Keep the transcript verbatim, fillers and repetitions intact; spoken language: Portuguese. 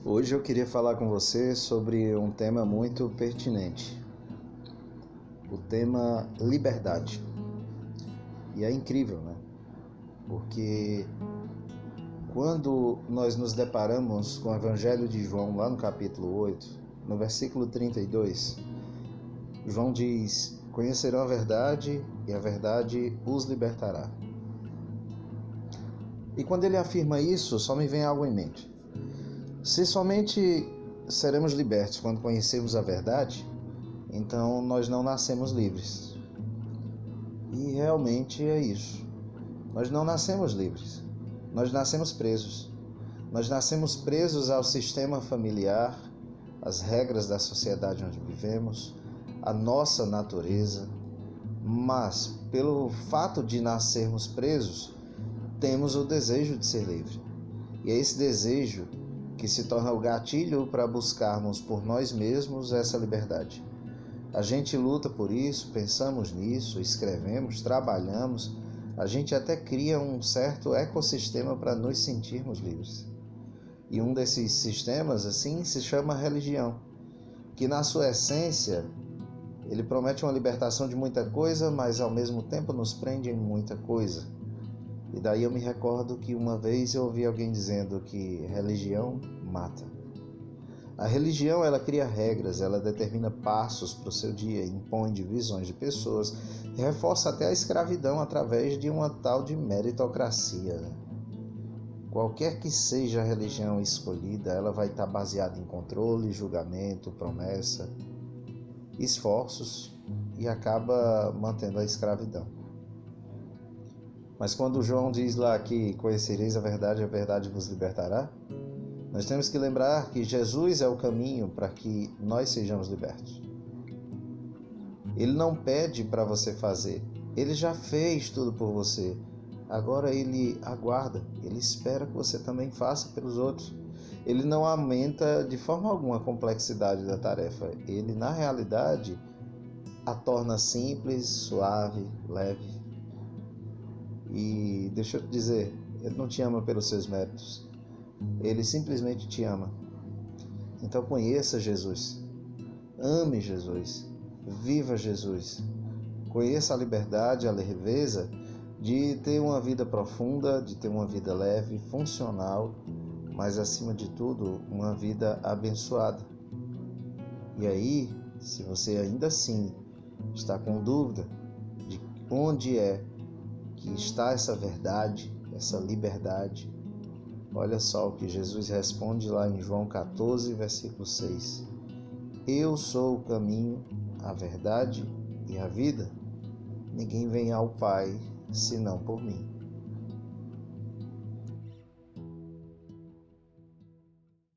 Hoje eu queria falar com você sobre um tema muito pertinente, o tema liberdade. E é incrível, né? Porque quando nós nos deparamos com o Evangelho de João, lá no capítulo oito, no versículo trinta e dois, João diz: "Conhecerão a verdade e a verdade os libertará." E quando ele afirma isso, só me vem algo em mente. Se somente seremos libertos quando conhecermos a verdade, então nós não nascemos livres. E realmente é isso. Nós não nascemos livres. Nós nascemos presos. Nós nascemos presos ao sistema familiar, às regras da sociedade onde vivemos, à nossa natureza. Mas, pelo fato de nascermos presos, temos o desejo de ser livre. E é esse desejo que se torna o gatilho para buscarmos por nós mesmos essa liberdade. A gente luta por isso, pensamos nisso, escrevemos, trabalhamos, a gente até cria um certo ecossistema para nos sentirmos livres. E um desses sistemas, assim, se chama religião, que na sua essência, ele promete uma libertação de muita coisa, mas ao mesmo tempo nos prende em muita coisa. E daí eu me recordo que uma vez eu ouvi alguém dizendo que religião mata. A religião, ela cria regras, ela determina passos para o seu dia, impõe divisões de pessoas, reforça até a escravidão através de uma tal de meritocracia. Qualquer que seja a religião escolhida, ela vai estar baseada em controle, julgamento, promessa, esforços e acaba mantendo a escravidão. Mas quando João diz lá que conhecereis a verdade e a verdade vos libertará, nós temos que lembrar que Jesus é o caminho para que nós sejamos libertos. Ele não pede para você fazer, ele já fez tudo por você. Agora ele aguarda, ele espera que você também faça pelos outros. Ele não aumenta de forma alguma a complexidade da tarefa. Ele, na realidade, a torna simples, suave, leve. E deixa eu te dizer, ele não te ama pelos seus méritos. Ele simplesmente te ama. Então conheça Jesus. Ame Jesus. Viva Jesus. Conheça a liberdade, a leveza de ter uma vida profunda, de ter uma vida leve, funcional, mas acima de tudo, uma vida abençoada. E aí, se você ainda assim está com dúvida de onde é que está essa verdade, essa liberdade, olha só o que Jesus responde lá em João catorze, versículo seis. Eu sou o caminho, a verdade e a vida. Ninguém vem ao Pai senão por mim.